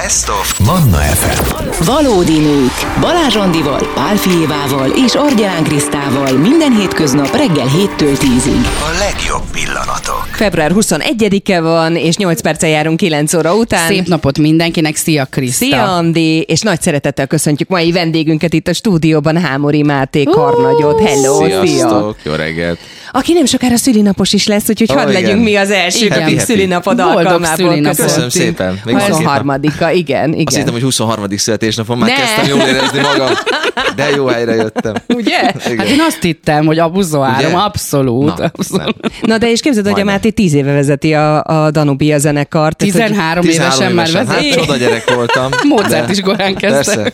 Best of Manna FM. Valódi nők. Balázs Andival, Pál Fijévával és Argyán Krisztával minden hétköznap reggel 7-től 10-ig. A legjobb pillanatok. Február 21-e van, és 8 perccel járunk 9 óra után. Szép napot mindenkinek, szia Kriszta! Szia Andi, és nagy szeretettel köszöntjük mai vendégünket itt a stúdióban, Hámori Máté Karnagyot. Hello, Sziasztok, szia! jó reggelt! Aki nem sokára szülinapos is lesz, úgyhogy hadd igen. legyünk mi az első, Igen. akik Happy. szülinapod Boldog alkalmából szülinapot. Köszönöm szépen. Még van 23-a, igen. Azt hittem, hogy 23. születésnapon már Ne. kezdtem jól érezni magam, de jó helyre jöttem. Ugye? Igen. Hát én azt hittem, hogy a 23, Ugye? abszolút. Na, abszolút. Na de és képzeld, hogy a Majdnem. Máté 10 éve vezeti a Danubia zenekart. Tehát, hogy 13 évesen már Hát vezet. csoda gyerek voltam. Mozart de- is korán kezdte. Persze.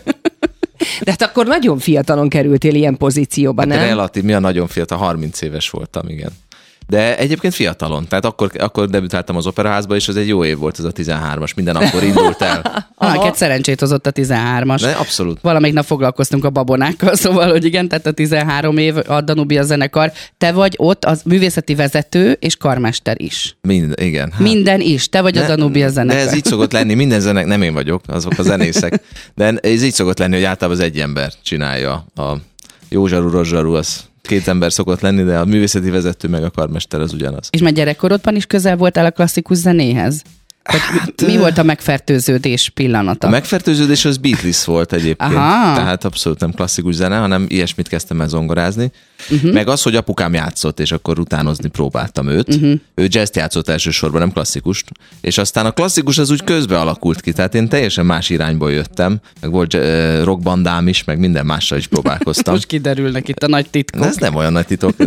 De hát akkor nagyon fiatalon kerültél ilyen pozícióba, De nem? relatív, mi a nagyon fiatal, 30 éves voltam, igen. De egyébként fiatalon. Tehát akkor debütáltam az operaházba, és az egy jó év volt, ez a 13-as. Minden akkor indult el. Neked szerencsét hozott a 13-as. De abszolút. Valamelyik nap foglalkoztunk a babonákkal, szóval, hogy igen, tehát a 13 év a Danubia zenekar. Te vagy ott az művészeti vezető és karmester is. Igen. Hát. Minden is. Te vagy a Danubia De zenekar. ez így szokott lenni, minden zenek, nem én vagyok, azok a zenészek, de ez így szokott lenni, hogy általában az egy ember csinálja. A jó zsaru, rossz zsaru, az két ember szokott lenni, de a művészeti vezető meg a karmester az ugyanaz. És már gyerekkorodban is közel voltál a klasszikus zenéhez? Tehát mi volt a megfertőződés pillanata? A megfertőződés az Beatles volt egyébként, Aha. tehát abszolút nem klasszikus zene, hanem ilyesmit kezdtem el zongorázni. Meg az, hogy apukám játszott, és akkor utánozni próbáltam őt. Ő jazzt játszott elsősorban, nem klasszikust. És aztán a klasszikus az úgy közbe alakult ki, tehát én teljesen más irányból jöttem, meg volt rockbandám is, meg minden mással is próbálkoztam. Most kiderülnek itt a nagy titkok. Ez nem olyan nagy titok.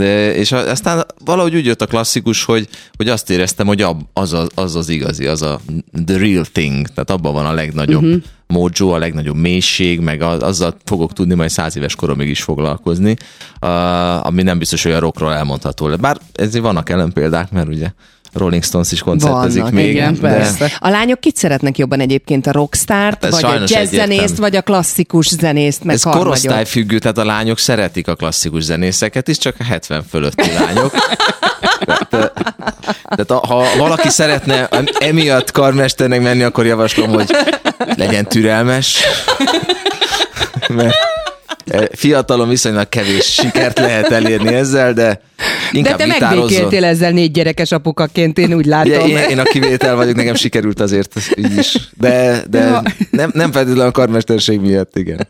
És aztán valahogy úgy jött a klasszikus, hogy azt éreztem, hogy az az igazi, az a the real thing. Tehát abban van a legnagyobb mojo, a legnagyobb mélység, meg azzal fogok tudni majd 100 éves koromig is foglalkozni, ami nem biztos, hogy a rockról elmondható. Bár ezért vannak ellenpéldák, mert ugye Rolling Stones is koncertezik Vannak, még. igen, de persze. A lányok kit szeretnek jobban egyébként, a rockstart, Ez vagy a sajnos jazzzenészt, egyértelmű. vagy a klasszikus zenészt, meg ez Karnagyot? korosztályfüggő, tehát a lányok szeretik a klasszikus zenészeket is, csak a 70 fölötti lányok. Tehát ha valaki szeretne emiatt karmesternek menni, akkor javaslom, hogy legyen türelmes, mert fiatalon viszonylag kevés sikert lehet elérni ezzel, de De inkább te gitározzon. megbékéltél ezzel 4 gyerekes apukaként, én úgy látom. Ugye, én a kivétel vagyok, nekem sikerült azért így is. De nem feltétlenül a karmesterség miatt, igen.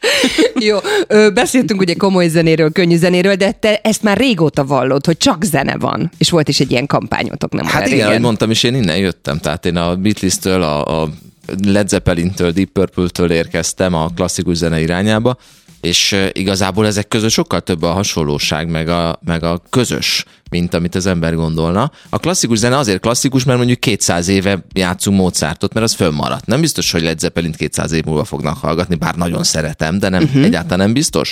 Jó, beszéltünk ugye komoly zenéről, könnyű zenéről, de te ezt már régóta vallod, hogy csak zene van. És volt is egy ilyen kampányotok, nem Hát olyan igen, régen. ahogy mondtam, és én innen jöttem. Tehát én a Beatles-től, a Led Zeppelin-től, Deep Purple-től érkeztem a klasszikus zene irányába, és igazából ezek között sokkal több a hasonlóság, meg a közös, mint amit az ember gondolna. A klasszikus zene azért klasszikus, mert mondjuk 200 éve játszunk Mozartot, mert az fönnmaradt. Nem biztos, hogy Led Zeppelint 200 év múlva fognak hallgatni, bár nagyon szeretem, de nem, egyáltalán nem biztos.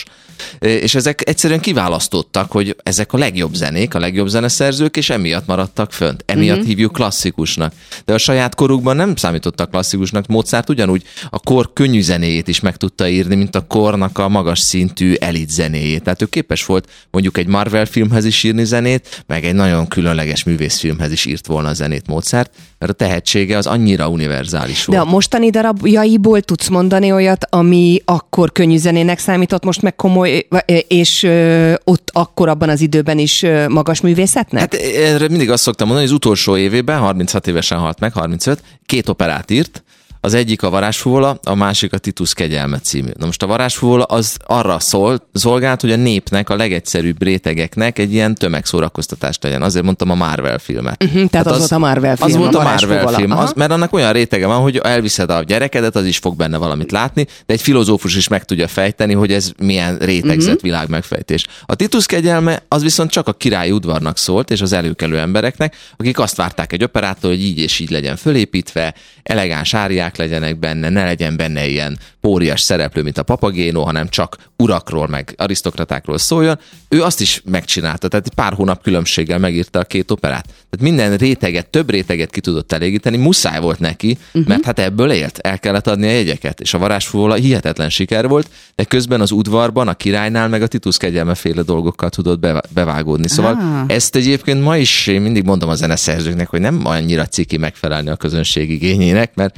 És ezek egyszerűen kiválasztottak, hogy ezek a legjobb zenék, a legjobb zeneszerzők, és emiatt maradtak fönt. Emiatt hívjuk klasszikusnak. De a saját korukban nem számítottak klasszikusnak. Mozart ugyanúgy a kor könnyű zenéjét is meg tudta írni, mint a kornak a magas szintű elit zenéjét. Tehát ő képes volt mondjuk egy Marvel filmhez is írni zenét, meg egy nagyon különleges művészfilmhez is írt volna a zenét Mozart, mert a tehetsége az annyira univerzális De volt. a mostani darabjaiból tudsz mondani olyat, ami akkor könnyű zenének számított, most meg komoly, és ott akkor abban az időben is magas művészetnek? Hát erre mindig azt szoktam mondani, hogy az utolsó évében, 36 évesen halt meg, 35, 2 operát írt, az egyik a Varázsfúvola, a másik a Titus kegyelme című. Na most a Varázsfúvola az arra szolgált, hogy a népnek, a legegyszerűbb rétegeknek egy ilyen tömegszórakoztatást legyen. Azért mondtam a Marvel filmet. Tehát az volt a Marvel film, Az volt a a Marvel Varázsfúvola. film, Aha. mert annak olyan rétege van, hogy elviszed a gyerekedet, az is fog benne valamit látni, de egy filozófus is meg tudja fejteni, hogy ez milyen rétegzett világ megfejtés. A Titus kegyelme az viszont csak a királyi udvarnak szólt, és az előkelő embereknek, akik azt várták egy operától, hogy így és így legyen fölépítve, elegáns áriák legyenek benne, ne legyen benne ilyen póriás szereplő, mint a Papagéno, hanem csak urakról, meg arisztokratákról szóljon. Ő azt is megcsinálta, tehát pár hónap különbséggel megírta a 2 operát. Tehát minden réteget, több réteget ki tudott elégíteni, muszáj volt neki, mert hát ebből élt, el kellett adni a jegyeket, és a Varázsfúvola hihetetlen siker volt, de közben az udvarban, a királynál meg a Titus kegyelme féle dolgokkal tudott bevágódni. Szóval ezt egyébként ma is én mindig mondom a zeneszerzőknek, hogy nem annyira ciki megfelelni a közönség igényének, mert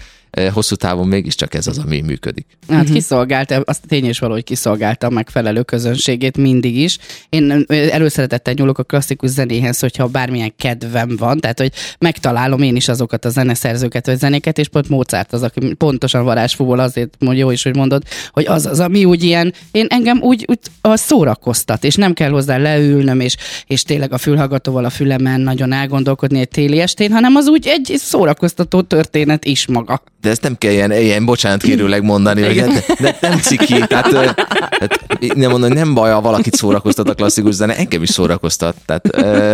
hosszú távon mégiscsak ez az, ami működik. Hát kiszolgálta, azt tény és való, hogy kiszolgálta a megfelelő közönségét mindig is. Én előszeretettel nyúlok a klasszikus zenéhez, hogyha bármilyen kedvem van, tehát hogy megtalálom én is azokat a zeneszerzőket vagy zenéket, és pont Mozart az, aki pontosan varázsfúból azért mondja, jó is, hogy mondod, hogy az, ami úgy ilyen, engem úgy szórakoztat, és nem kell hozzá leülnöm, és tényleg a fülhallgatóval a fülemen nagyon elgondolkodni egy téli estén, hanem az úgy egy szórakoztató történet is maga. De ezt nem kell ilyen bocsánat kérőleg mondani, hogy de nem ciki, tehát nem mondom, hogy nem baj, ha valakit szórakoztat a klasszikus zene, engem is szórakoztat. Tehát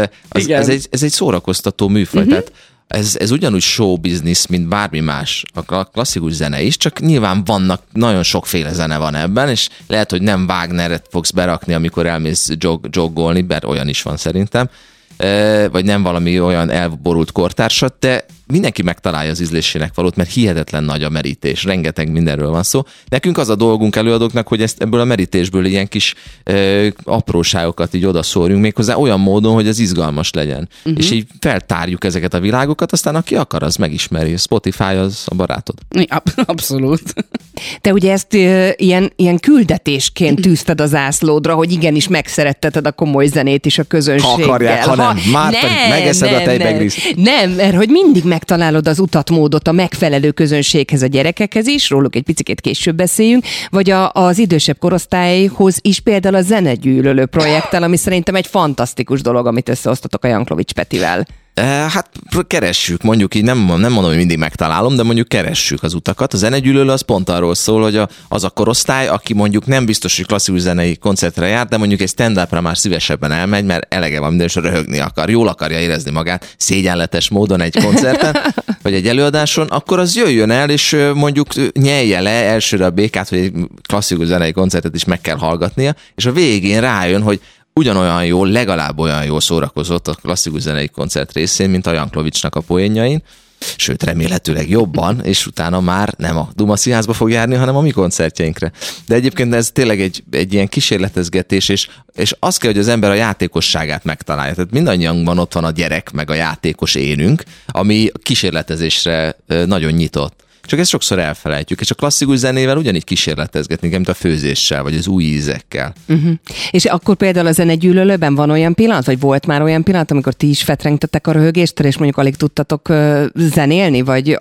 ez egy szórakoztató műfaj, tehát ez ugyanúgy show business, mint bármi más, a klasszikus zene is, csak nyilván nagyon sokféle zene van ebben, és lehet, hogy nem Wagneret fogsz berakni, amikor elmész joggolni, bár olyan is van szerintem, vagy nem valami olyan elborult kortársat, de mindenki megtalálja az ízlésének valót, mert hihetetlen nagy a merítés, rengeteg mindenről van szó. Nekünk az a dolgunk előadóknak, hogy ebből a merítésből ilyen kis apróságokat így odaszórjunk méghozzá olyan módon, hogy ez izgalmas legyen. És így feltárjuk ezeket a világokat, aztán aki akar, az megismeri. Spotify az a barátod. Abszolút. Te ugye ezt ilyen küldetésként tűzted az zászlódra, hogy igenis megszeretteted a komoly zenét is a közönséggel. Ha akarják, ha nem. Már megeszed a tejbegriszt. Nem, mert hogy mindig megtalálod az utatmódot a megfelelő közönséghez, a gyerekekhez is, róluk egy picit később beszéljünk, vagy az idősebb korosztályhoz is, például a zenegyűlölő projekttel, ami szerintem egy fantasztikus dolog, amit összehoztatok a Janklowicz Petivel. Hát keressük, mondjuk így, nem mondom, hogy mindig megtalálom, de mondjuk keressük az utakat. A zenegyűlölő az pont arról szól, hogy az a korosztály, aki mondjuk nem biztos, hogy klasszikus zenei koncertre jár, de mondjuk egy stand-upra már szívesebben elmegy, mert elege van minden, és röhögni akar, jól akarja érezni magát szégyenletes módon egy koncerten, vagy egy előadáson, akkor az jöjjön el, és mondjuk nyelje le elsőre a békát, hogy egy klasszikus zenei koncertet is meg kell hallgatnia, és a végén rájön, hogy ugyanolyan jól, legalább olyan jól szórakozott a klasszikus zenei koncert részén, mint a Janklowicznak a poénjain, sőt, remélhetőleg jobban, és utána már nem a Duma Színházba fog járni, hanem a mi koncertjeinkre. De egyébként ez tényleg egy ilyen kísérletezgetés, és az kell, hogy az ember a játékosságát megtalálja. Tehát mindannyiunkban ott van a gyerek, meg a játékos énünk, ami kísérletezésre nagyon nyitott. Csak ezt sokszor elfelejtjük, és a klasszikus zenével ugyanígy kísérletezgetni, mint a főzéssel, vagy az új ízekkel. És akkor például a zenegyűlölőben van olyan pillanat, vagy volt már olyan pillanat, amikor ti is fetrengtetek a röhögéstől, és mondjuk alig tudtatok zenélni, vagy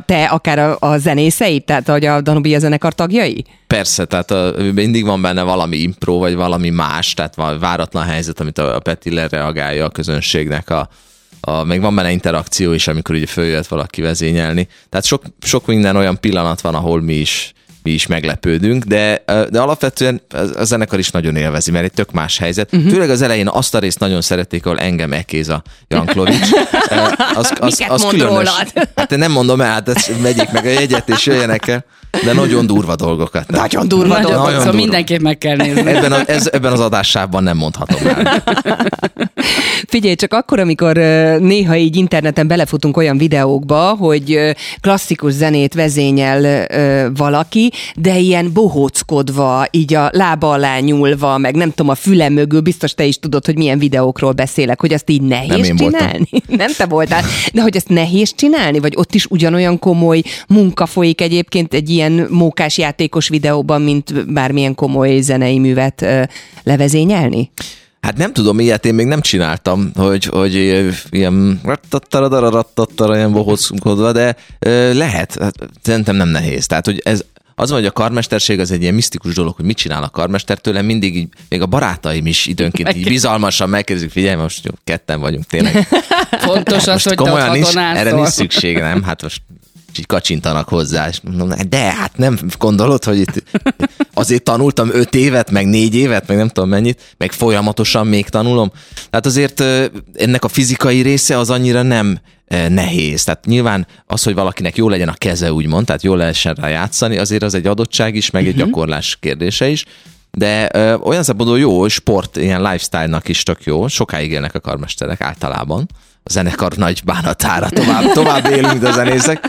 akár a zenészei, tehát hogy a Danubia zenekar tagjai? Persze, tehát mindig van benne valami impro, vagy valami más, tehát váratlan helyzet, amit a Peti lereagálja a közönségnek meg van benne interakció is, amikor ugye följött valaki vezényelni. Tehát sok minden olyan pillanat van, ahol mi is meglepődünk, de alapvetően a zenekar is nagyon élvezi, mert egy tök más helyzet. Főleg az elején azt a részt nagyon szerették, ahol engem ekéz a Janklowicz. Az különös. Hát nem mondom el, hát vegyék meg a jegyet és jöjjenek el, de nagyon durva dolgokat. Nagyon durva dolgokat. Szóval durva. Mindenképp meg kell nézni. Ebben az adássában nem mondhatom el. Figyelj, csak akkor, amikor néha így interneten belefutunk olyan videókba, hogy klasszikus zenét vezényel valaki, de ilyen bohóckodva, így a lába alá nyúlva, meg nem tudom, a füle mögül, biztos te is tudod, hogy milyen videókról beszélek, hogy azt így nehéz csinálni. Nem te voltál, de hogy ezt nehéz csinálni, vagy ott is ugyanolyan komoly munka folyik egyébként egy ilyen mókás játékos videóban, mint bármilyen komoly zenei művet levezényelni? Hát nem tudom, ilyet én még nem csináltam, hogy ilyen ilyen bohóckodva, de lehet, hát, szerintem nem nehéz. Tehát, hogy az van, hogy a karmesterség az egy ilyen misztikus dolog, hogy mit csinál a karmester, tőlem mindig így, még a barátaim is időnként így bizalmasan megkérdezik, figyelj, most ketten vagyunk tényleg. Fontos az, hogy komolyan te nincs, erre nincs szükség, nem? Hát most így kacsintanak hozzá, és mondom, de hát nem gondolod, hogy itt azért tanultam 5 évet, meg 4 évet, meg nem tudom mennyit, meg folyamatosan még tanulom. Tehát azért ennek a fizikai része az annyira nem nehéz. Tehát nyilván az, hogy valakinek jó legyen a keze, úgymond, tehát jól lehessen rá játszani, azért az egy adottság is, meg egy gyakorlás kérdése is. De olyan szempontból jó, sport, ilyen lifestyle-nak is tök jó, sokáig élnek a karmesterek általában, zenekar nagy bánatára tovább élünk, de a zenészek,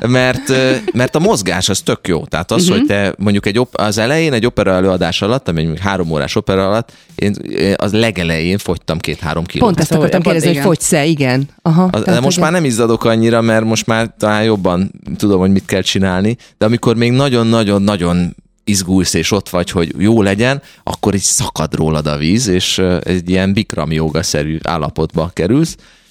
mert a mozgás az tök jó. Tehát az, hogy te mondjuk az elején egy opera előadás alatt, ami mondjuk 3 órás opera alatt, én az legelején fogytam 2-3 kilót. Pont ezt akartam kérdezni, hogy fogysz-e, igen. Aha, de most már nem izzadok annyira, mert most már talán jobban tudom, hogy mit kell csinálni, de amikor még nagyon-nagyon-nagyon izgulsz, és ott vagy, hogy jó legyen, akkor így szakad rólad a víz, és egy ilyen Bikram jóga-szerű állapotba kerülsz.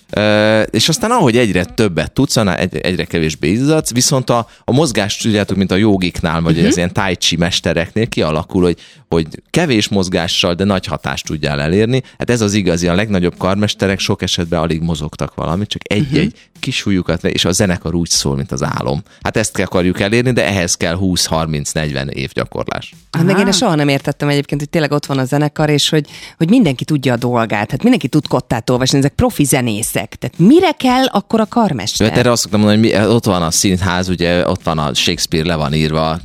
És aztán ahogy egyre többet tudsz, egyre kevésbé izzadsz, viszont a mozgás, tudjátok, mint a jogiknál, vagy az ilyen tai chi mestereknél kialakul, hogy kevés mozgással, de nagy hatást tudjál elérni. Hát ez az igazi, a legnagyobb karmesterek sok esetben alig mozogtak valamit, csak egy-egy kis hújukat, és a zenekar úgy szól, mint az álom. Hát ezt akarjuk elérni, de ehhez kell 20-30-40 év gyakorlás. Hát meg én soha nem értettem egyébként, hogy tényleg ott van a zenekar, és hogy mindenki tudja a dolgát, hát mindenki tud kottát olvasni, ezek profi zenészek. Tehát mire kell akkor a karmester? Hát erre azt szoktam mondani, hogy ott van a színház, ugye ott van a Shakespeare, le van írva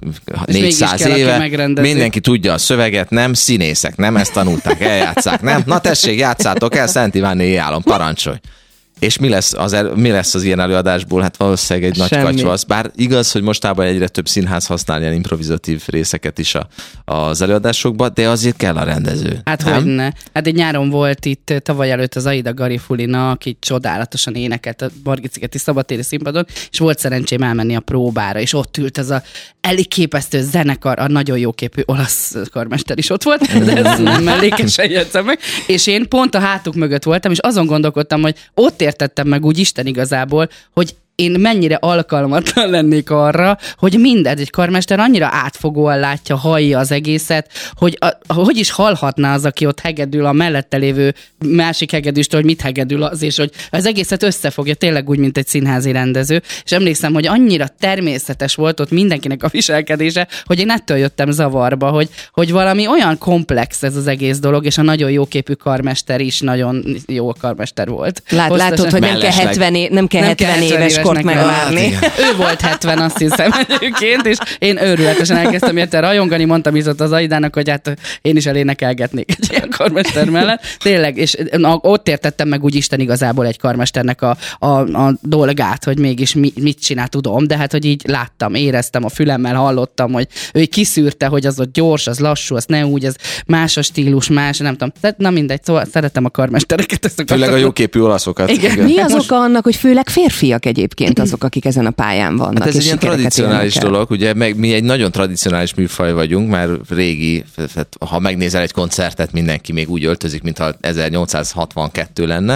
400 éve, mindenki tudja a szöveget, nem színészek, nem ezt tanulták, eljátszák, nem? Na tessék, játszátok el, Szent Ivánné éjjálom, parancsolj! És mi lesz az ilyen előadásból? Hát valószínűleg egy nagy katyvasz. Bár igaz, hogy mostában egyre több színház használ ilyen improvizatív részeket is az előadásokban, de azért kell a rendező. Hát hogyne. Hát egy nyáron volt itt tavaly előtt az Aida Garifulina, aki csodálatosan énekelt a Margit-szigeti szabadtéri színpadon, és volt szerencsém elmenni a próbára, és ott ült az a elképesztő zenekar, a nagyon jóképű olasz karmester is ott volt, de ezt nem mellékesen jegyzem meg. És én pont a hátuk mögött voltam, és azon gondolkodtam, hogy ott értettem meg úgy Isten igazából, hogy én mennyire alkalmatlan lennék arra, hogy egy karmester annyira átfogóan látja, hallja az egészet, hogy hogy is hallhatná az, aki ott hegedül a mellette lévő másik hegedűstől, hogy mit hegedül az, és hogy az egészet összefogja, tényleg úgy, mint egy színházi rendező. És emlékszem, hogy annyira természetes volt ott mindenkinek a viselkedése, hogy én ettől jöttem zavarba, hogy valami olyan komplex ez az egész dolog, és a nagyon jóképű karmester is nagyon jó karmester volt. Látod, hogy nem kell 70 éves kort megvárni. Ő volt 70, azt hiszem egyébként, és én őrületesen elkezdtem érte rajongani, mondtam is ott az Aidának, hogy hát én is elénekelgetnék egy ilyen karmester mellett. Tényleg, és ott értettem meg úgy Isten igazából egy karmesternek a dolgát, hogy mégis mit csinál, tudom, de hát, hogy így láttam, éreztem, a fülemmel hallottam, hogy ő kiszűrte, hogy az ott gyors, az lassú, az ne úgy, ez más a stílus, más, nem tudom. Na mindegy, szóval szeretem a karmestereket. Főleg a jóképű olaszokat. Igen. Mi az oka annak, hogy főleg férfiak egyébként azok, akik ezen a pályán vannak? Hát ez egy ilyen tradicionális dolog, ugye mi egy nagyon tradicionális műfaj vagyunk, már régi, ha megnézel egy koncertet, mindenki még úgy öltözik, mintha 1862 lenne,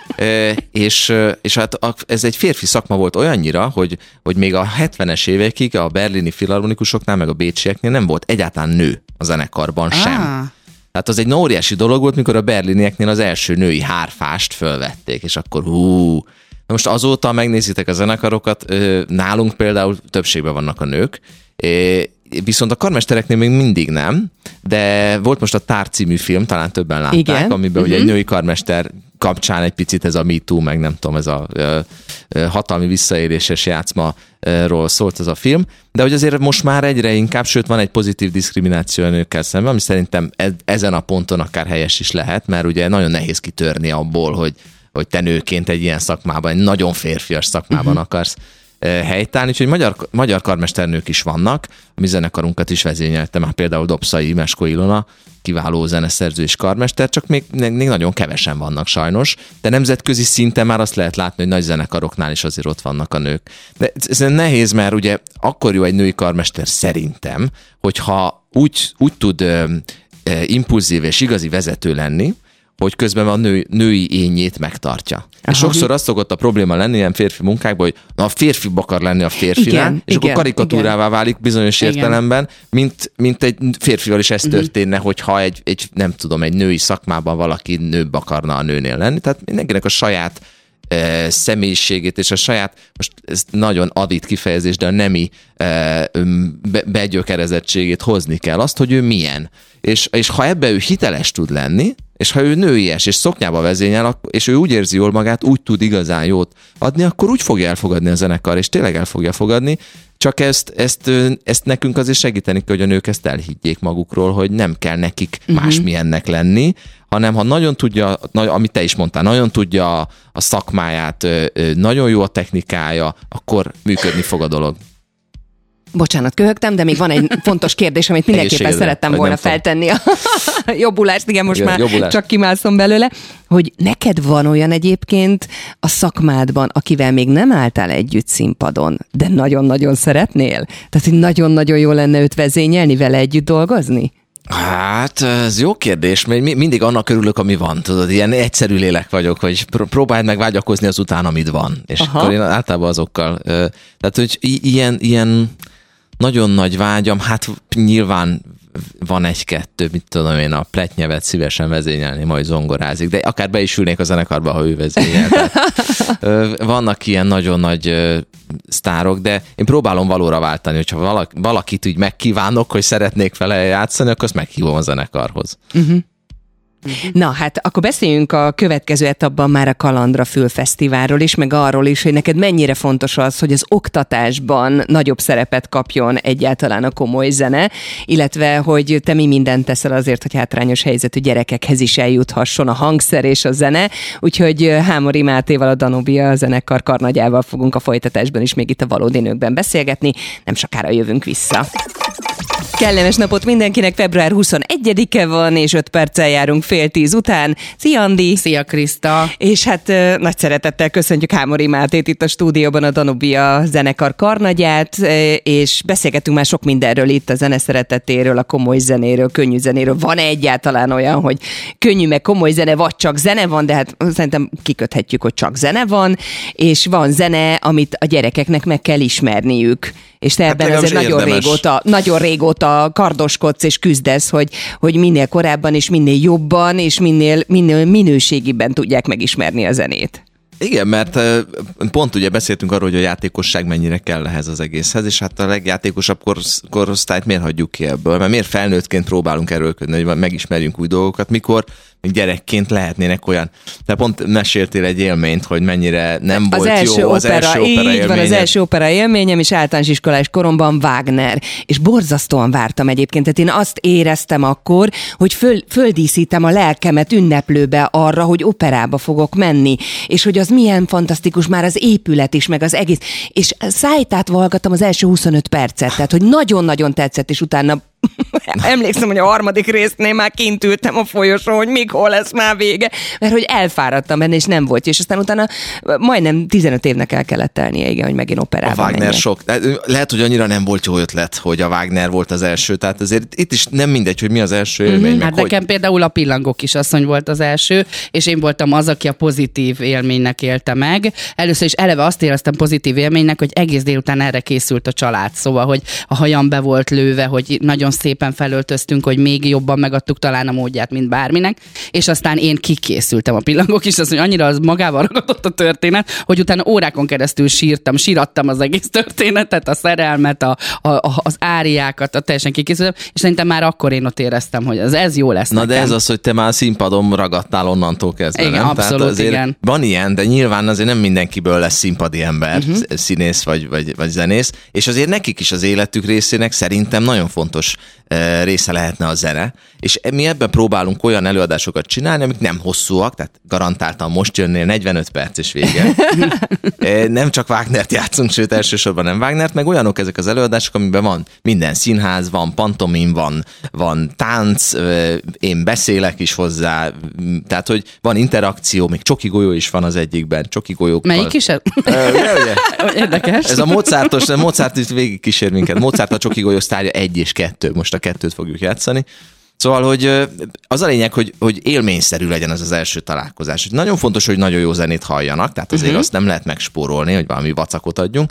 és hát ez egy férfi szakma volt olyannyira, hogy még a 70-es évekig a berlini filharmonikusoknál, meg a bécsieknél nem volt egyáltalán nő a zenekarban sem. Tehát az egy óriási dolog volt, mikor a berlinieknél az első női hárfást fölvették, és akkor Na most azóta megnézitek a zenekarokat, nálunk például többségben vannak a nők, viszont a karmestereknél még mindig nem, de volt most a Tár című film, talán többen látták, igen. Amiben ugye egy női karmester kapcsán egy picit ez a Me Too, meg nem tudom, ez a hatalmi visszaéléses játszmaról szólt ez a film, de hogy azért most már egyre inkább, sőt van egy pozitív diszkrimináció a nőkkel szemben, ami szerintem ezen a ponton akár helyes is lehet, mert ugye nagyon nehéz kitörni abból, hogy te nőként egy ilyen szakmában, egy nagyon férfias szakmában akarsz helytállni, úgyhogy magyar karmesternők is vannak, a mi zenekarunkat is vezényelte már például Dobszai Meskó Ilona, kiváló zeneszerző és karmester, csak még nagyon kevesen vannak sajnos, de nemzetközi szinten már azt lehet látni, hogy nagy zenekaroknál is azért ott vannak a nők. De ez nehéz, mert ugye akkor jó egy női karmester szerintem, hogyha úgy tud impulzív és igazi vezető lenni, hogy közben a női ényét megtartja. Aha. És sokszor az szokott a probléma lenni ilyen férfi munkákban, hogy a férfi akar lenni a férfinál, és akkor karikatúrává válik bizonyos értelemben, mint egy férfival is ez történne, hogyha egy nem tudom, egy női szakmában valaki nőbb akarna a nőnél lenni. Tehát mindenkinek a saját személyiségét és a saját, most ez nagyon avit kifejezés, de a nemi begyökerezettségét hozni kell, azt, hogy ő milyen. És ha ebbe ő hiteles tud lenni, És ha ő nőies, és szoknyába vezényel, és ő úgy érzi jól magát, úgy tud igazán jót adni, akkor úgy fogja elfogadni a zenekar, és tényleg el fogja fogadni. Csak ezt nekünk azért segíteni kell, hogy a nők ezt elhiggyék magukról, hogy nem kell nekik másmilyennek lenni, hanem ha nagyon tudja, amit te is mondtál, nagyon tudja a szakmáját, nagyon jó a technikája, akkor működni fog a dolog. Bocsánat, köhögtem, de még van egy fontos kérdés, amit mindenképpen szerettem volna feltenni. A jobbulást, igen, most már jobbulás. Csak kimászom belőle, hogy neked van olyan egyébként a szakmádban, akivel még nem álltál együtt színpadon, de nagyon-nagyon szeretnél? Tehát, hogy nagyon-nagyon jó lenne őt vezényelni, vele együtt dolgozni? Hát, ez jó kérdés, mert mindig annak örülök, ami van, tudod, ilyen egyszerű lélek vagyok, hogy próbáld meg vágyakozni azután, amit van. És akkor én általában azokkal, tehát, hogy ilyen nagyon nagy vágyam, hát nyilván van egy-kettő, mit tudom én, a Pletnyevet szívesen vezényelni, majd zongorázik, de akár be is ülnék a zenekarba, ha ő vezényel. Vannak ilyen nagyon nagy sztárok, de én próbálom valóra váltani, hogyha valakit úgy megkívánok, hogy szeretnék vele játszani, akkor azt meghívom a zenekarhoz. Na, hát akkor beszéljünk a következő etapban már a Kalandra Fülfesztiválról is, meg arról is, hogy neked mennyire fontos az, hogy az oktatásban nagyobb szerepet kapjon egyáltalán a komoly zene, illetve, hogy te mi mindent teszel azért, hogy hátrányos helyzetű gyerekekhez is eljuthasson a hangszer és a zene, úgyhogy Hámori Mátéval, a Danubia zenekar karnagyával fogunk a folytatásban is még itt a Valódi Nőkben beszélgetni, nem sokára jövünk vissza. Kellemes napot mindenkinek, február 21-e van, és 5 perccel járunk 9:30 után. Szia, Andi! Szia, Kriszta! És hát nagy szeretettel köszöntjük Hámori Mátét itt a stúdióban, a Danubia zenekar karnagyát, és beszélgetünk már sok mindenről itt, a zene szeretetéről, a komoly zenéről, könnyű zenéről. Van-e egyáltalán olyan, hogy könnyű meg komoly zene, vagy csak zene van, de hát szerintem kiköthetjük, hogy csak zene van, és van zene, amit a gyerekeknek meg kell ismerniük. És te ebben azért nagyon régóta kardoskodsz és küzdesz, hogy minél korábban és minél jobban és minél minőségiben tudják megismerni a zenét. Igen, mert pont ugye beszéltünk arról, hogy a játékosság mennyire kell ehhez az egészhez, és hát a legjátékosabb korosztályt miért hagyjuk ki ebből? Mert miért felnőttként próbálunk erőlködni, hogy megismerjünk új dolgokat, mikor még gyerekként lehetnének olyan. De pont meséltél egy élményt, hogy mennyire nem volt jó az első opera élményem. Így van, az első opera élményem, és általános iskolás koromban Wagner. És borzasztóan vártam egyébként. Tehát én azt éreztem akkor, hogy földíszítem a lelkemet ünneplőbe arra, hogy operába fogok menni. És hogy az milyen fantasztikus már az épület is, meg az egész. És szájtát valgattam az első 25 percet. Tehát, hogy nagyon-nagyon tetszett, és utána emlékszem, hogy a harmadik résznél már kint ültem a folyosón, hogy mikor lesz már vége, mert hogy elfáradtam benne, és nem volt. És aztán utána majdnem 15 évnek el kellett telnie, igen, hogy megint operába A Wagner menjek. sok. Lehet, hogy annyira nem volt jó ötlet, hogy a Wagner volt az első, tehát azért itt is nem mindegy, hogy mi az első élmény. Hát nekem például a Pillangó kisasszony volt az első, és én voltam az, aki a pozitív élménynek élte meg. Először is eleve azt éreztem pozitív élménynek, hogy egész délután erre készült a család. Szóval, hogy a hajam be volt lőve, hogy nagyon szépen felöltöztünk, hogy még jobban megadtuk talán a módját, mint bárminek, és aztán én kikészültem a Pillangók is, az, hogy annyira az magával ragadott a történet, hogy utána órákon keresztül sírattam az egész történetet, a szerelmet, az áriákat, teljesen kikészültem, és szerintem már akkor én ott éreztem, hogy ez jó lesz. Na nekem. de ez az, hogy te már színpadon ragadtál onnantól kezdve, igen, nem? abszolút, igen. Van ilyen, de nyilván azért nem mindenkiből lesz színpadi ember, színész vagy zenész, és azért nekik is az életük részének szerintem nagyon fontos része lehetne a zene, és mi ebben próbálunk olyan előadásokat csinálni, amik nem hosszúak, tehát garantáltan most jönnél 45 perc és vége. Nem csak Wagnert játszunk, sőt elsősorban nem Wagnert, meg olyanok ezek az előadások, amiben van minden színház, van pantomim, van tánc, én beszélek is hozzá, tehát hogy van interakció, még csoki golyó is van az egyikben, csoki golyókkal. Melyik is? Érdekes. Ez a Mozart is végig kísér minket. Mozart a csoki golyó sztárja 1 és 2, most a 2-t fogjuk játszani. Szóval, hogy az a lényeg, hogy élményszerű legyen ez az első találkozás. Nagyon fontos, hogy nagyon jó zenét halljanak, tehát azért azt nem lehet megspórolni, hogy valami vacakot adjunk,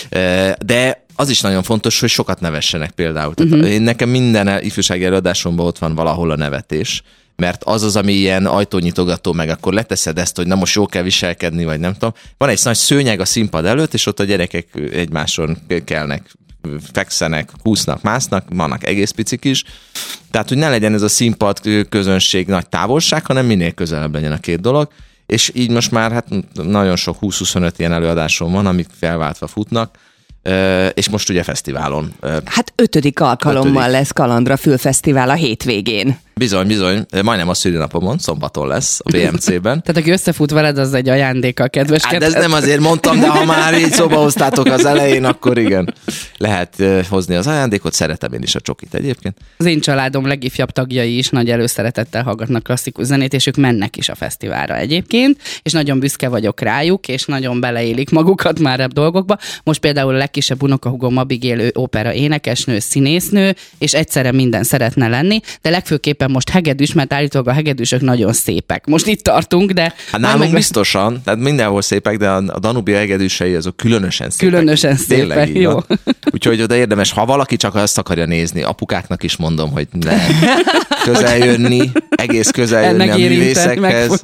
de az is nagyon fontos, hogy sokat nevessenek például. Tehát nekem minden ifjúsági előadásomban ott van valahol a nevetés, mert az, ami ilyen ajtónyitogató, meg akkor leteszed ezt, hogy na most jól kell viselkedni, vagy nem tudom. Van egy nagy szőnyeg a színpad előtt, és ott a gyerekek egymáson kelnek fekszenek, kúsznak, másznak, vannak egész picik is. Tehát, hogy ne legyen ez a színpad közönség nagy távolság, hanem minél közelebb legyen a két dolog. És így most már hát nagyon sok 20-25 ilyen előadáson van, amik felváltva futnak, és most ugye fesztiválon. Hát 5. alkalommal lesz Kalandra Fülfesztivál a hétvégén. Bizony, majdnem a szülinapomon, szombaton lesz a BMC-ben. Tehát aki összefut veled, az egy ajándéka, kedveskedhet. Hát ez nem azért mondtam, de ha már így szóba hoztátok az elején, akkor igen. Lehet hozni az ajándékot, szeretem én is a csokit egyébként. Az én családom legifjabb tagjai is nagy előszeretettel hallgatnak klasszikus zenét, és ők mennek is a fesztiválra egyébként, és nagyon büszke vagyok rájuk, és nagyon beleélik magukat már a dolgokba. Most például a legkisebb unokahúgom Abigail, opera énekesnő, színésznő, és egyszerre minden szeretne lenni, de legfőképpen most hegedűs, mert állítólag a hegedűsök nagyon szépek. Most itt tartunk, de... Hát nálunk biztosan, tehát mindenhol szépek, de a Danubia hegedűsei azok különösen szépek. Különösen szépek, jó. Úgyhogy oda érdemes, ha valaki csak azt akarja nézni, apukáknak is mondom, hogy lehet közeljönni, egész közeljönni a művészekhez.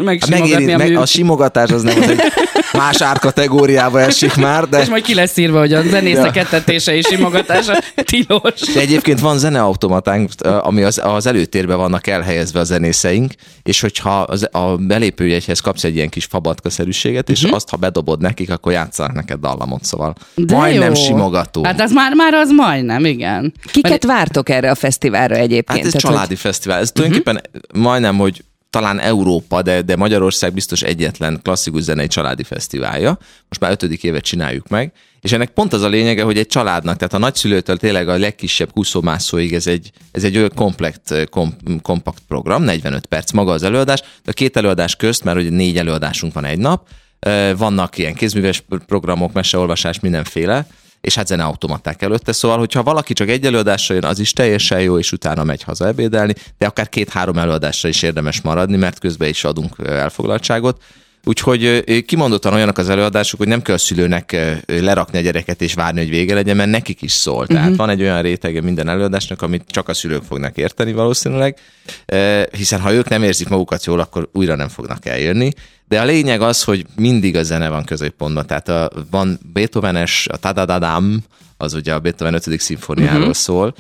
A simogatás az nem az egy más árkategóriába esik már, de... És majd ki lesz írva, hogy a zenészek etetése és simogatása tilos. De egyébként van zeneautomatánk, ami az előtérben vannak elhelyezve a zenészeink, és hogyha a belépőjegyhez kapsz egy ilyen kis fabatka-szerűséget, és azt, ha bedobod nekik, akkor játszanak neked dallamot, szóval de majdnem jó. simogató. Hát az már az majdnem, igen. Kiket vártok erre a fesztiválra egyébként? Hát ez családi fesztivál. Ez tulajdonképpen majdnem, hogy talán Európa, de Magyarország biztos egyetlen klasszikus zenei családi fesztiválja. Most már 5. évet csináljuk meg, és ennek pont az a lényege, hogy egy családnak, tehát a nagyszülőtől tényleg a legkisebb kúszómászóig ez egy olyan kompakt program, 45 perc maga az előadás, de a 2 előadás közt, mert ugye 4 előadásunk van egy nap, vannak ilyen kézműves programok, meseolvasás, mindenféle, és hát zeneautomaták előtte, szóval, hogyha valaki csak egy előadásra jön, az is teljesen jó, és utána megy haza ebédelni, de akár 2-3 előadásra is érdemes maradni, mert közben is adunk elfoglaltságot. Úgyhogy kimondottan olyanok az előadások, hogy nem kell a szülőnek lerakni a gyereket és várni, hogy vége legyen, mert nekik is szól. Tehát van egy olyan rétege minden előadásnak, amit csak a szülők fognak érteni valószínűleg, hiszen ha ők nem érzik magukat jól, akkor újra nem fognak eljönni. De a lényeg az, hogy mindig a zene van középpontban. Tehát van Beethoven-es, a Tadadadam, az ugye a Beethoven 5. szimfóniáról szól,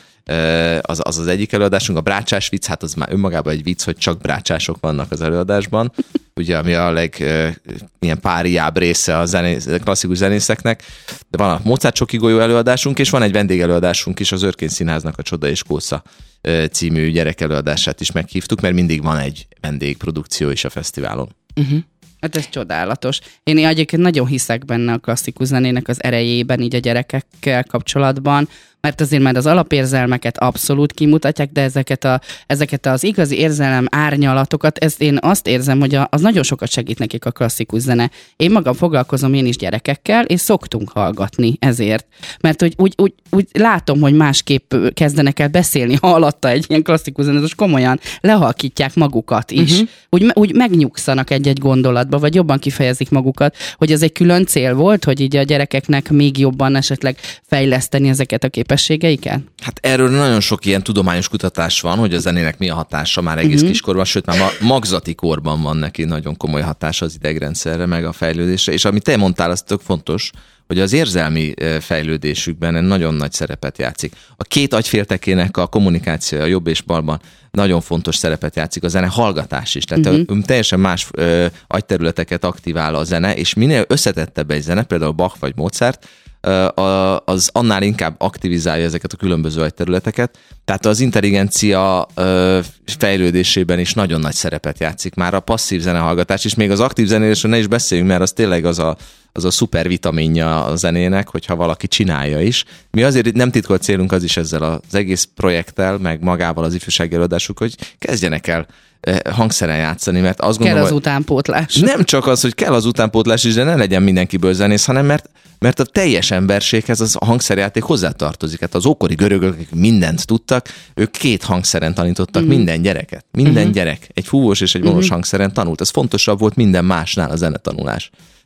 az egyik előadásunk, a brácsás vicc, hát az már önmagában egy vicc, hogy csak brácsások vannak az előadásban, ugye ami a ilyen páriább része a klasszikus zenészeknek, de van a Mozart Csokigolyó előadásunk, és van egy vendégelőadásunk is, az Örkény Színháznak a Csoda és Kósza című gyerekelőadását is meghívtuk, mert mindig van egy vendégprodukció is a fesztiválon. Hát ez csodálatos. Én egyébként nagyon hiszek benne a klasszikus zenének az erejében, így a gyerekekkel kapcsolatban, mert azért már az alapérzelmeket abszolút kimutatják, de ezeket az igazi érzelem árnyalatokat, én azt érzem, hogy az nagyon sokat segít nekik a klasszikus zene. Én magam foglalkozom én is gyerekekkel, és szoktunk hallgatni ezért. Mert úgy látom, hogy másképp kezdenek el beszélni, ha alatta egy ilyen klasszikus zenét, és komolyan lehalkítják magukat is. Úgy megnyugszanak egy-egy gondolatba, vagy jobban kifejezik magukat, hogy ez egy külön cél volt, hogy így a gyerekeknek még jobban esetleg fejleszteni ezeket a képességeiket? Hát erről nagyon sok ilyen tudományos kutatás van, hogy a zenének mi a hatása már egész kiskorban, sőt már magzati korban van neki nagyon komoly hatása az idegrendszerre, meg a fejlődésre, és amit te mondtál, az tök fontos, hogy az érzelmi fejlődésükben nagyon nagy szerepet játszik. A 2 agyféltekének a kommunikációja jobb és balban nagyon fontos szerepet játszik, a zene hallgatás is. Tehát teljesen más agyterületeket aktivál a zene, és minél összetettebb egy zene, például Bach vagy Mozart, az annál inkább aktivizálja ezeket a különböző agyterületeket. Tehát az intelligencia fejlődésében is nagyon nagy szerepet játszik már a passzív zenehallgatás, és még az aktív zenélésről ne is beszéljünk, mert az tényleg az a szuper vitaminja a zenének, hogyha valaki csinálja is. Mi azért nem titkolt célunk az is ezzel az egész projekttel, meg magával az ifjúsági előadásuk, hogy kezdjenek el hangszeren játszani, mert azt gondolom, kell az utánpótlás. Nem csak az, hogy kell az utánpótlás is, de ne legyen mindenkiből zenész, hanem mert a teljes emberséghez az a hangszerjáték hozzátartozik. Hát az ókori görögök mindent tudtak, ők 2 hangszeren tanítottak minden gyereket. Minden gyerek egy fúvós és egy vonós hangszeren tanult. Ez fontosabb volt minden másnál a zenetanulás.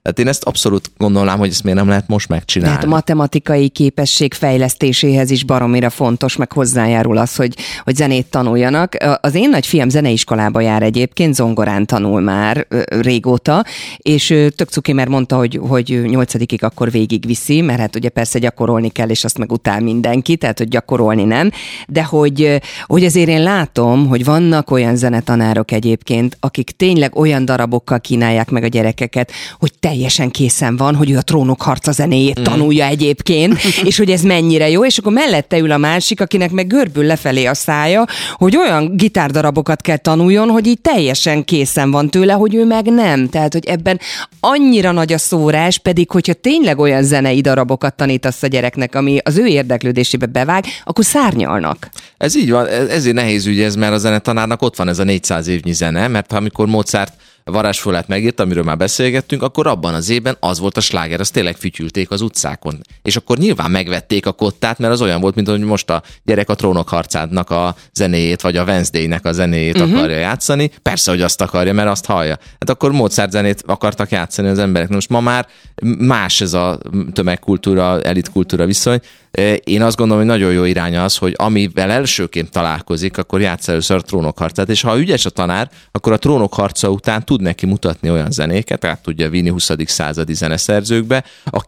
Tehát én ezt abszolút gondolnám, hogy ezt miért nem lehet most megcsinálni. Tehát a matematikai képesség fejlesztéséhez is baromira fontos, meg hozzájárul az, hogy zenét tanuljanak. Az én nagyfiam zeneiskolába jár egyébként, zongorán tanul már régóta, és tök cuki, mert mondta, hogy 8-ig akkor végigviszi, mert hát ugye persze gyakorolni kell, és azt meg utál mindenki, tehát hogy gyakorolni nem, de hogy azért én látom, hogy vannak olyan zenetanárok egyébként, akik tényleg olyan darabokkal kínálják meg a gyerekeket, hogy teljesen készen van, hogy ő a Trónok harca zenéjét tanulja egyébként, és hogy ez mennyire jó, és akkor mellette ül a másik, akinek meg görbül lefelé a szája, hogy olyan gitárdarabokat kell tanuljon, hogy így teljesen készen van tőle, hogy ő meg nem. Tehát, hogy ebben annyira nagy a szórás, pedig hogyha tényleg olyan zenei darabokat tanítasz a gyereknek, ami az ő érdeklődésébe bevág, akkor szárnyalnak. Ez így van, ezért nehéz ügy ez, mert a zenetanárnak ott van ez a 400 évnyi zene, mert ha amikor Mozart varázsfölát megírta, amiről már beszélgettünk, akkor abban az évben az volt a sláger, azt tényleg fütyülték az utcákon. És akkor nyilván megvették a kottát, mert az olyan volt, mint hogy most a gyerek a Trónok harcának a zenéjét, vagy a Wednesday-nek a zenéjét akarja játszani. Persze, hogy azt akarja, mert azt hallja. Hát akkor Mozart zenét akartak játszani az emberek. Most ma már más ez a tömegkultúra, elitkultúra viszony. Én azt gondolom, hogy nagyon jó irány az, hogy amivel elsőként találkozik, akkor játssza először a Trónok harcát, és ha ügyes a tanár, akkor a Trónok harca után tud neki mutatni olyan zenéket, tehát tudja vinni 20. századi zeneszerzőkbe,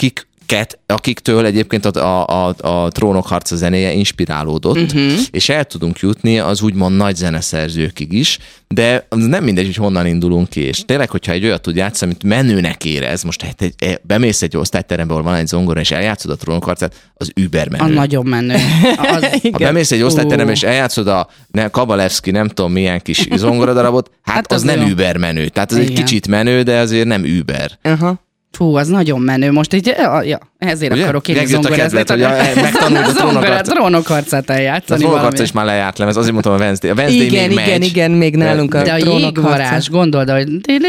akiktől egyébként a Trónok harca zenéje inspirálódott, és el tudunk jutni az úgymond nagy zeneszerzőkig is, de nem mindegy, hogy honnan indulunk ki, és tényleg, hogyha egy olyat tud játszani, amit menőnek érez, most bemész egy osztályterembe, ahol van egy zongora, és eljátszod a Trónok harcát, az übermenő. A nagyon menő. Ha bemész egy osztályterembe, és eljátszod a Kabalevszky, nem tudom milyen kis zongoradarabot, hát az nem übermenő. Tehát az egy kicsit menő, de azért nem über. Fú, az nagyon menő. Most így, ezért ugye? Akarok én zongorázni. Hogy megtanulod a Trónok harcát eljátszani. A Trónok harca is már lejárt lemez, azért mondtam a Wednesday. A Wednesday igen, még megy. Igen, még nálunk a Trónok harca. De a jégvarázs, gondold, hogy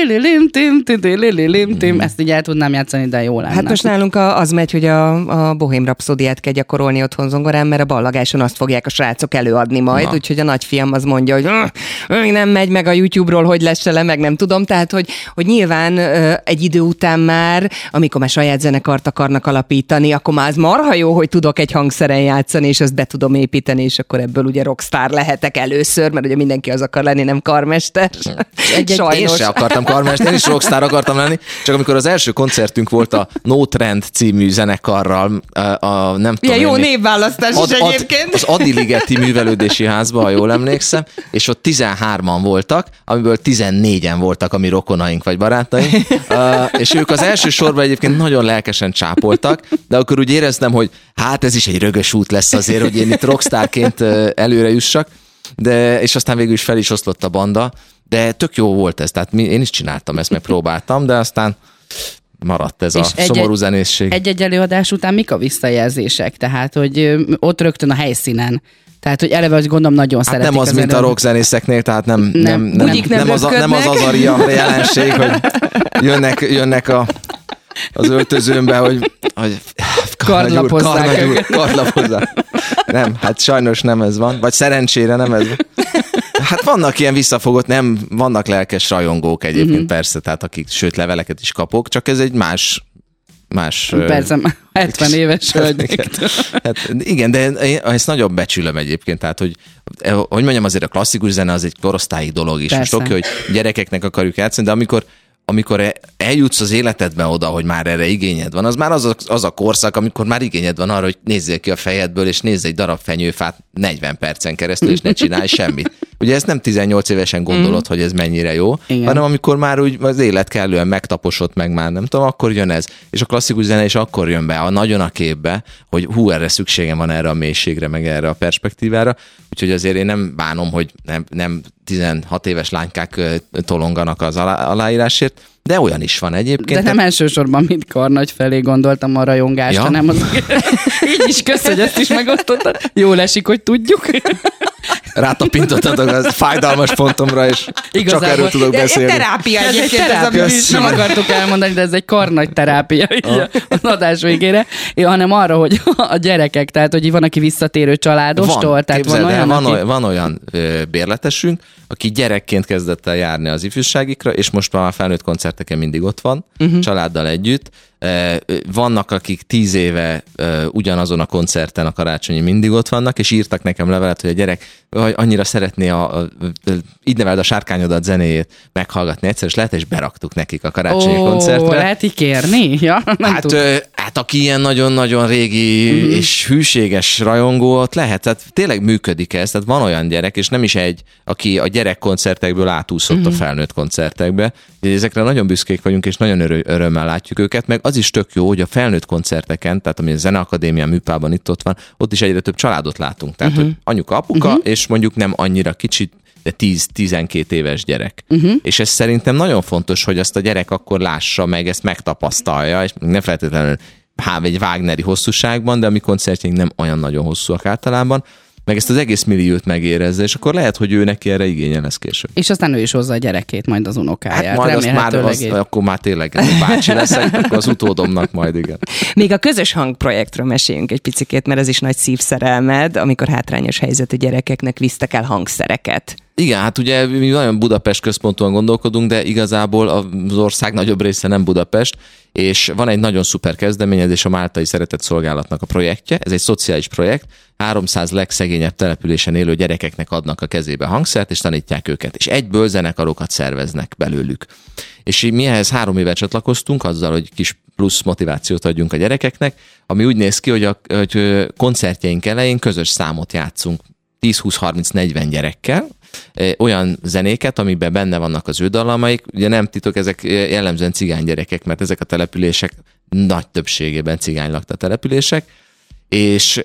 ezt így el tudnám játszani, de jó lenne. Hát most nálunk az megy, hogy a Bohém Rapszódiát kell gyakorolni otthon zongorán, mert a ballagáson azt fogják a srácok előadni majd, úgyhogy a nagyfiam az mondja, hogy nem megy meg a YouTube-ról, hogy lesz le, meg nem tudom. Tehát, hogy nyilván egy idő után már, amikor már saját zenekart akarnak alapítani, akkor már az marha jó, hogy tudok egy hangszeren játszani, és azt be tudom építeni, és akkor ebből ugye rockstar lehetek először, mert ugye mindenki az akar lenni, nem karmester. Sajnos. Én sem akartam karmester, én is rockstar akartam lenni, csak amikor az első koncertünk volt a No Trend című zenekarral, nem tudom. Jó névválasztás is egyébként. Az Adi Ligeti művelődési házban, ha jól emlékszem, és ott 13-an voltak, amiből 14-en voltak a mi rokonaink vagy barátaink, és ők az első sorban egyébként nagyon lelkesen csápoltak, de akkor úgy éreztem, hogy hát ez is egy rögös út lesz azért, hogy én itt rockstarként előre jussak, és aztán végül is fel is oszlott a banda, de tök jó volt ez, tehát én is csináltam ezt, meg próbáltam, de aztán maradt ez a szomorú zenészség. Egy előadás után mik a visszajelzések? Tehát, hogy ott rögtön a helyszínen. Tehát, hogy eleve, hogy gondolom, nagyon szeretik. Nem az, mint a rockzenészeknél, tehát nem az azaria jelenség, hogy jönnek az öltözőmbe, hogy kardlapozzák. Nem, hát sajnos nem ez van, vagy szerencsére nem ez van. Hát vannak ilyen visszafogott, vannak lelkes rajongók egyébként persze, tehát akik, sőt leveleket is kapok, csak ez egy más persze, 70 éves hölgyek. Hát igen, de én ezt nagyobb becsülöm egyébként, tehát hogy mondjam, azért a klasszikus zene az egy korosztályi dolog is. Most oké, hogy gyerekeknek akarjuk játszani, de amikor eljutsz az életedben oda, hogy már erre igényed van, az már az a korszak, amikor már igényed van arra, hogy nézzél ki a fejedből, és nézz egy darab fenyőfát 40 percen keresztül, és ne csinálj semmit. Ugye ezt nem 18 évesen gondolod, hogy ez mennyire jó, hanem amikor már úgy az élet kellően megtaposott meg már, nem tudom, akkor jön ez. És a klasszikus zene is akkor jön be, nagyon a képbe, hogy erre szükségem van, erre a mélységre, meg erre a perspektívára. Úgyhogy azért én nem bánom, hogy nem 16 éves lánykák tolonganak az aláírásért, de olyan is van egyébként. De nem elsősorban, mint Karnagy felé gondoltam a rajongást, hanem az... Így is kösz, hogy ezt is megosztottad. Jól esik, hogy tudjuk. rátapintottatok az fájdalmas pontomra, és Igazából. csak erről tudok beszélni. Terápia Ez egy egyébként, ez a terápia, műsor. nem akartuk elmondani, de ez egy karnagy terápia az adás végére, hanem arra, hogy a gyerekek, tehát hogy van, aki visszatérő családostól, tehát képzeld van el, olyan, aki... van olyan bérletesünk, aki gyerekként kezdett el járni az ifjúságikra, és most már a felnőtt koncerteken mindig ott van, családdal együtt. Vannak, akik 10 éve ugyanazon a koncerten a karácsonyi mindig ott vannak, és írtak nekem levelet, hogy a gyerek annyira szeretné így neveld a sárkányodat zenéjét meghallgatni egyszer, és lehet, és beraktuk nekik a karácsonyi koncertre. Lehet így kérni? Ja, Hát aki ilyen nagyon-nagyon régi és hűséges rajongó, ott lehet, tehát tényleg működik ez, tehát van olyan gyerek, és nem is egy, aki a gyerekkoncertekből átúszott a felnőtt koncertekbe. Ezekre nagyon büszkék vagyunk, és nagyon örömmel látjuk őket, meg az is tök jó, hogy a felnőtt koncerteken, tehát ami a Zeneakadémia műpában itt-ott van, ott is egyre több családot látunk. Tehát, hogy anyuka, apuka, és mondjuk nem annyira kicsit, de 10-12 éves gyerek. És ez szerintem nagyon fontos, hogy azt a gyerek akkor lássa meg, ezt megtapasztalja, és nem feltétlenül egy Wagneri hosszúságban, de a mi koncertjeink nem olyan nagyon hosszúak általában, meg ezt az egész milliót megérezze, és akkor lehet, hogy ő neki erre igénye lesz később. És aztán ő is hozza a gyerekét, majd az unokáját. Hát majd akkor már tényleg bácsi lesz, akkor az utódomnak majd, igen. Még a közös hangprojektről meséljünk egy picikét, mert ez is nagy szívszerelmed, amikor hátrányos helyzetű gyerekeknek visztek el hangszereket. Igen, hát ugye mi nagyon Budapest központúan gondolkodunk, de igazából az ország nagyobb része nem Budapest, és van egy nagyon szuper kezdeményezés, a Máltai Szeretett Szolgálatnak a projektje. Ez egy szociális projekt, 300 legszegényebb településen élő gyerekeknek adnak a kezébe hangszert, és tanítják őket, és egyből zenekarokat szerveznek belőlük. És mi ehhez 3 éve csatlakoztunk, azzal, hogy kis plusz motivációt adjunk a gyerekeknek, ami úgy néz ki, hogy koncertjeink elején közös számot játszunk 10-20-30-40 gyerekkel, olyan zenéket, amiben benne vannak az ő dalamaik. Ugye nem titok, ezek jellemzően cigány gyerekek, mert ezek a települések nagy többségében cigánylakta települések, és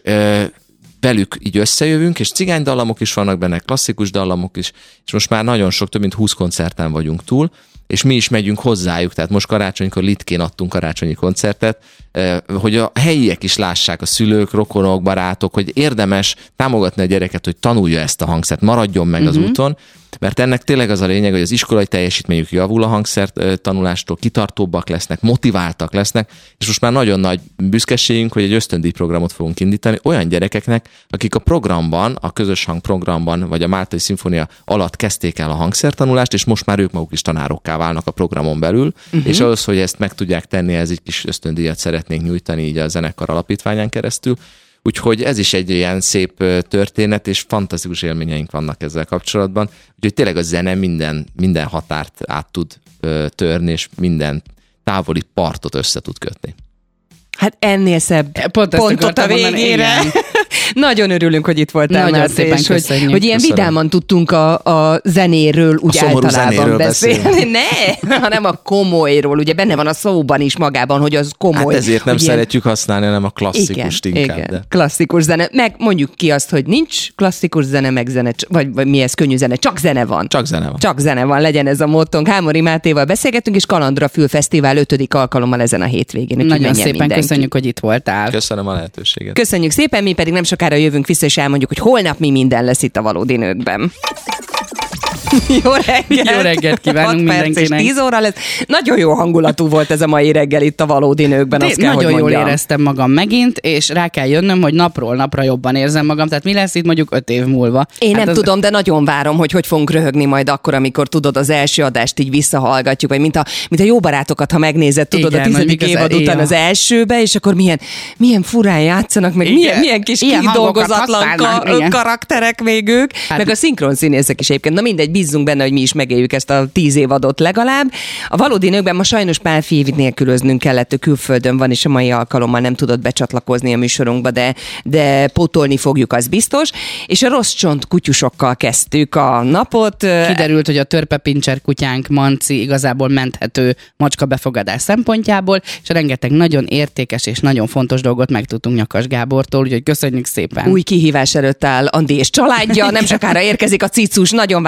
velük így összejövünk, és cigány dallamok is vannak benne, klasszikus dallamok is, és most már nagyon sok, több mint 20 koncerten vagyunk túl, és mi is megyünk hozzájuk, tehát most karácsonykor Litkén adtunk karácsonyi koncertet, hogy a helyiek is lássák, a szülők, rokonok, barátok, hogy érdemes támogatni a gyereket, hogy tanulja ezt a hangszert, maradjon meg az úton, mert ennek tényleg az a lényeg, hogy az iskolai teljesítményük javul a hangszert tanulástól, kitartóbbak lesznek, motiváltak lesznek, és most már nagyon nagy büszkeségünk, hogy egy ösztöndíjprogramot fogunk indítani olyan gyerekeknek, akik a programban, a közös hangprogramban, vagy a Máltai Szimfónia alatt kezdték el a hangszertanulást, és most már ők maguk is tanárokká válnak a programon belül, és ahhoz, hogy ezt meg tudják tenni, ez egy kis ösztöndíjat szeretnénk nyújtani így a zenekar alapítványán keresztül. Úgyhogy ez is egy ilyen szép történet, és fantasztikus élményeink vannak ezzel kapcsolatban. Úgyhogy tényleg a zene minden határt át tud törni, és minden távoli partot össze tud kötni. Hát ennél szebb pontot a végére. Nagyon örülünk, hogy itt voltál, Máté, és hogy ilyen vidáman tudtunk a zenéről úgy általában beszélni. Ne, hanem a komolyról. Ugye benne van a szóban is magában, hogy az komoly. Hát ezért nem szeretjük használni, hanem a klasszikust inkább. Igen, de. klasszikus zene. Meg mondjuk ki azt, hogy nincs klasszikus zene, meg zene, vagy mi ez, könnyű zene. Csak zene van. Csak zene van. Csak zene van, legyen ez a mottónk. Hámori Mátéval beszélgetünk, és Kalandra Fülfesztivál 5. alkalommal ezen a hétvégén. Nagyon szépen mindenki. Köszönjük, hogy itt voltál. Köszönöm a lehetőséget. Köszönjük szépen, mi pedig nem sokára jövünk vissza, és elmondjuk, hogy holnap mi minden lesz itt a Valódi Nőkben. Jó reggelt! Jó reggelt kívánunk mindenkinek! 10 óra lesz. Nagyon jó hangulatú volt ez a mai reggel itt a Valódi Nőkben. Azt kell, nagyon hogy jól éreztem magam megint, és rá kell jönnöm, hogy napról napra jobban érzem magam. Tehát mi lesz itt mondjuk 5 év múlva? Én nem tudom, de nagyon várom, hogy fogunk röhögni majd akkor, amikor tudod, az első adást így visszahallgatjuk, vagy mint a Jó Barátokat, ha megnézed, tudod, igen, a 10. évad után az elsőbe, és akkor milyen furán játszanak, meg milyen kis kidolgozatlan karakterek még ők, meg a szinkronszínészek is egyébként. Na mindegy, bízzunk benne, hogy mi is megéljük ezt a 10 évadot legalább. A Valódi Nőkben ma sajnos Pál Fivit nélkülöznünk kellett, ő külföldön van, és a mai alkalommal nem tudott becsatlakozni a műsorunkba, de pótolni fogjuk, az biztos. És a rossz csont kutyusokkal kezdtük a napot. Kiderült, hogy a törpepincser kutyánk Manci igazából menthető macska befogadás szempontjából, és rengeteg nagyon értékes és nagyon fontos dolgot megtudtunk Nyakas Gábortól, úgyhogy köszönjük szépen. Új kihívás előtt áll Andi és családja, nem sokára érkezik a cicus, nagyon várjuk majd a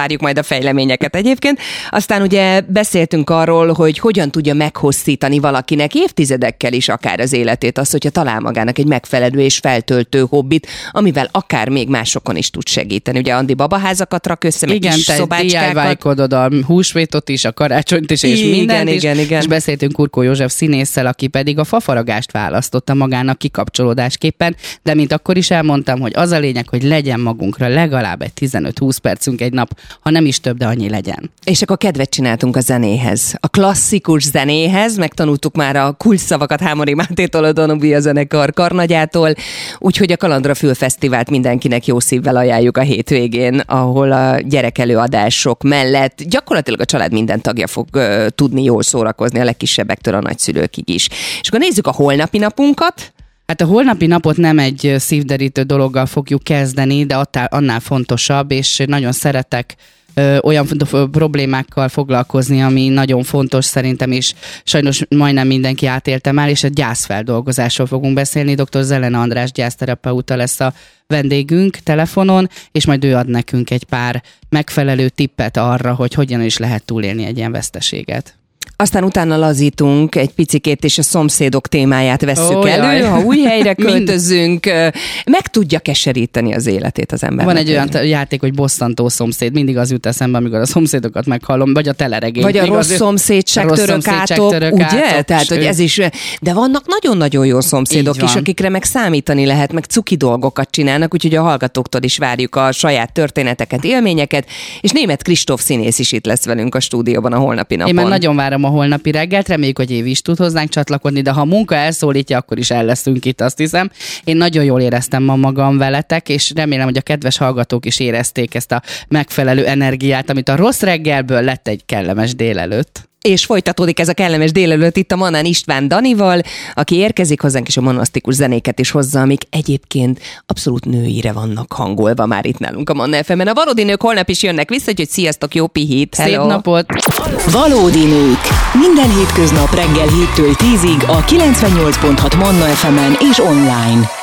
a fejleményeket egyébként. Aztán ugye beszéltünk arról, hogy hogyan tudja meghosszítani valakinek évtizedekkel is akár az életét, az, hogyha talál magának egy megfelelő és feltöltő hobbit, amivel akár még másokon is tud segíteni. Ugye Andi babaházakat rak össze, meg kis szobácskákat. DIY-kodod a húsvétot is, a karácsonyt is, és mindent is. Igen. És beszéltünk Kurkó József színésszel, aki pedig a fafaragást választotta magának kikapcsolódásképpen, de mint akkor is elmondtam, hogy az a lényeg, hogy legyen magunkra legalább egy 15-20 percünk egy nap, ha nem is több, de annyi legyen. És akkor kedvet csináltunk a zenéhez. A klasszikus zenéhez, megtanultuk már a kulcsszavakat Hámori Mátétól, a Danubia zenekar karnagyától, úgyhogy a Kalandra Fülfesztivált mindenkinek jó szívvel ajánljuk a hétvégén, ahol a gyerekelőadások mellett gyakorlatilag a család minden tagja fog tudni jól szórakozni, a legkisebbektől a nagyszülőkig is. És akkor nézzük a holnapi napunkat. Hát a holnapi napot nem egy szívderítő dologgal fogjuk kezdeni, de annál fontosabb, és nagyon szeretek olyan problémákkal foglalkozni, ami nagyon fontos szerintem, és sajnos majdnem mindenki átélte már, és a gyászfeldolgozásról fogunk beszélni. Dr. Zelena András gyászterapeuta lesz a vendégünk telefonon, és majd ő ad nekünk egy pár megfelelő tippet arra, hogy hogyan is lehet túlélni egy ilyen veszteséget. Aztán utána lazítunk egy picikét, és a szomszédok témáját vesszük elő, ha új helyre költözünk, meg tudja keseríteni az életét az embernek. Van egy olyan játék, hogy bosszantó szomszéd, mindig az jut eszembe, amikor a szomszédokat meghallom, vagy a teleregény. Vagy a rossz szomszédság törökátok, ugye? Tehát, hogy ez is, de vannak nagyon-nagyon jó szomszédok is, akikre meg számítani lehet, meg cuki dolgokat csinálnak, úgyhogy a hallgatóktól is várjuk a saját történeteket, élményeket, és Németh Kristóf színész is itt lesz velünk a stúdióban a holnapi napon. Én már nagyon várom a holnapi reggelt, reméljük, hogy Évi is tud hozzánk csatlakozni, de ha a munka elszólítja, akkor is el leszünk itt, azt hiszem. Én nagyon jól éreztem ma magam veletek, és remélem, hogy a kedves hallgatók is érezték ezt a megfelelő energiát, amit a rossz reggelből lett egy kellemes délelőtt. És folytatódik ez a kellemes délelőtt itt a Manán István Danival, aki érkezik hozzánk, és a monasztikus zenéket is hozza, amik egyébként abszolút nőire vannak hangolva már itt nálunk a Manna FM-en. A valódi nők holnap is jönnek vissza, úgyhogy sziasztok, jó pihit! Szép napot! Valódi nők. Minden hétköznap reggel 7-től 10-ig a 98.6 Manna FM-en és online.